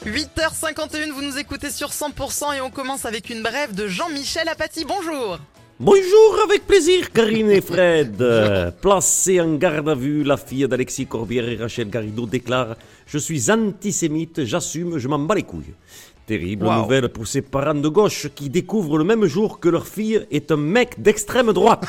8h51, vous nous écoutez sur 100% et on commence avec une brève de Jean-Michel Apathy. Bonjour. Bonjour, avec plaisir, Karine et Fred. Placée en garde à vue, la fille d'Alexis Corbière et Rachel Garrido déclare « Je suis antisémite, j'assume, je m'en bats les couilles ». Terrible nouvelle pour ces parents de gauche qui découvrent le même jour que leur fille est un mec d'extrême droite.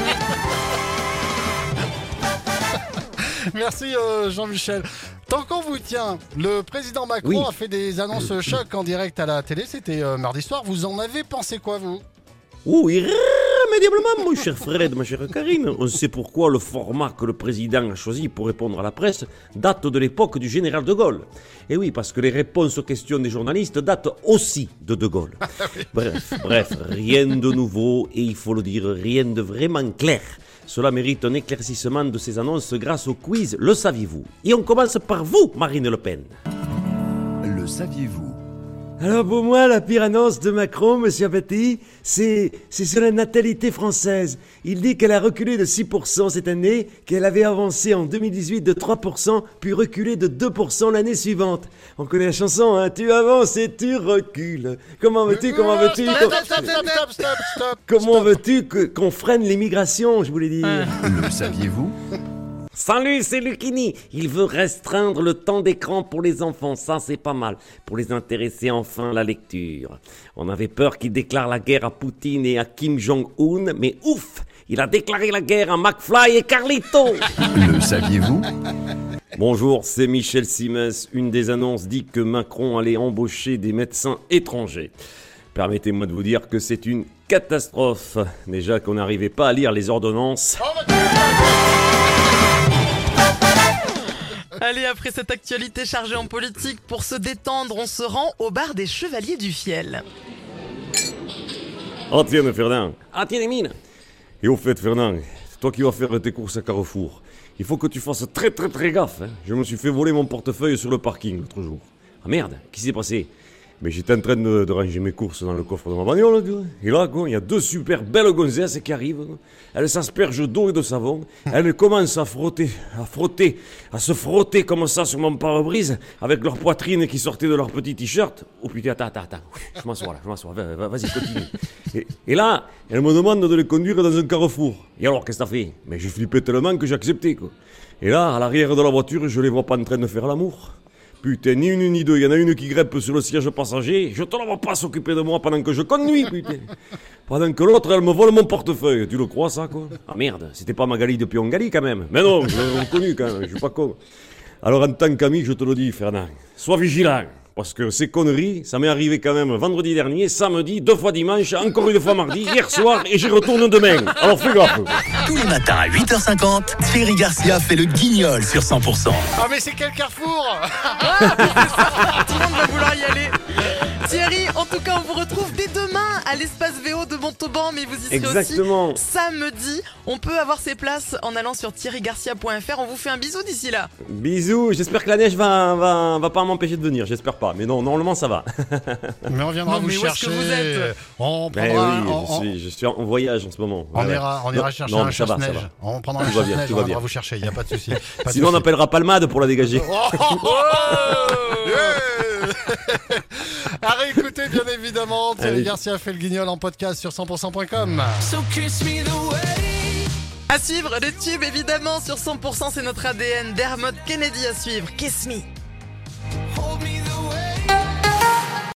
Merci Jean-Michel. Tant qu'on vous tient, le président Macron a fait des annonces choc en direct à la télé, c'était mardi soir. Vous en avez pensé quoi, vous ? Irrémédiablement, mon cher Fred, ma chère Karine. On sait pourquoi le format que le président a choisi pour répondre à la presse date de l'époque du général de Gaulle. Et oui, parce que les réponses aux questions des journalistes datent aussi de De Gaulle. Bref, rien de nouveau et il faut le dire, rien de vraiment clair. Cela mérite un éclaircissement de ces annonces grâce au quiz Le saviez-vous ? Et on commence par vous, Marine Le Pen. Le saviez-vous ? Alors pour moi, la pire annonce de Macron, monsieur Apathy, c'est sur la natalité française. Il dit qu'elle a reculé de 6% cette année, qu'elle avait avancé en 2018 de 3%, puis reculé de 2% l'année suivante. On connaît la chanson, hein, tu avances et tu recules. Comment veux-tu Comment veux-tu qu'on freine l'immigration, je voulais dire. Le saviez-vous ? Salut, c'est Lucchini. Il veut restreindre le temps d'écran pour les enfants. Ça, c'est pas mal. Pour les intéresser enfin à la lecture. On avait peur qu'il déclare la guerre à Poutine et à Kim Jong-un, mais ouf, il a déclaré la guerre à McFly et Carlito. Le saviez-vous ? Bonjour, c'est Michel Simès. Une des annonces dit que Macron allait embaucher des médecins étrangers. Permettez-moi de vous dire que c'est une catastrophe. Déjà qu'on n'arrivait pas à lire les ordonnances. Allez, après cette actualité chargée en politique, pour se détendre, on se rend au bar des Chevaliers du Fiel. Ah tiens, Fernand. Ah tiens, les mines. Et au fait, Fernand, c'est toi qui vas faire tes courses à Carrefour. Il faut que tu fasses très gaffe. Hein. Je me suis fait voler mon portefeuille sur le parking l'autre jour. Ah merde, qu'est-ce qui s'est passé ? Mais j'étais en train de ranger mes courses dans le coffre de ma bagnole, tu vois. Et là, quoi, il y a deux super belles gonzesses qui arrivent. Quoi. Elles s'aspergent d'eau et de savon. Elles commencent à se frotter comme ça sur mon pare-brise, avec leur poitrine qui sortait de leur petit t-shirt. Oh putain, attends. Je m'assois là. Vas-y, continue. Et là, elles me demandent de les conduire dans un carrefour. Et alors, qu'est-ce que t'as fait ? Mais j'ai flippé tellement que j'ai accepté, quoi. Et là, à l'arrière de la voiture, je les vois pas en train de faire l'amour. Putain, ni une ni deux, il y en a une qui grimpe sur le siège passager, je te la vois pas s'occuper de moi pendant que je conduis, putain. Pendant que l'autre, elle me vole mon portefeuille, tu le crois ça, quoi ? Ah merde, c'était pas Magali de Piongali quand même. Mais non, je l'ai reconnu quand même, je suis pas con. Alors en tant qu'ami, je te le dis, Fernand, sois vigilant. Parce que ces conneries, ça m'est arrivé quand même vendredi dernier, samedi, 2 fois dimanche, encore une fois mardi, hier soir, et j'y retourne demain. Alors fais gaffe. Tous les matins à 8h50, Thierry Garcia fait le guignol sur 100%. Ah mais c'est quel carrefour ? Tout le monde va vouloir y aller. Thierry, en tout cas, on vous retrouve dès demain à l'espace VO de Montauban, mais vous y serez Exactement. aussi samedi. On peut avoir ses places en allant sur thierrygarcia.fr. On vous fait un bisou d'ici là. Bisous, j'espère que la neige va pas m'empêcher de venir, j'espère pas. Mais non, normalement ça va. Mais on viendra vous chercher. Où est-ce que vous êtes ? On prendra. Je suis en voyage en ce moment. On ira chercher un chasse-neige. On prendra un chasse-neige, on viendra vous chercher, il n'y a pas de souci. Sinon on appellera Palmade pour la dégager. À réécouter bien évidemment, Thierry Garcia fait le guignol en podcast sur 100%.com. À suivre, le tube évidemment sur 100%, c'est notre ADN. Dermot Kennedy à suivre, Kiss Me.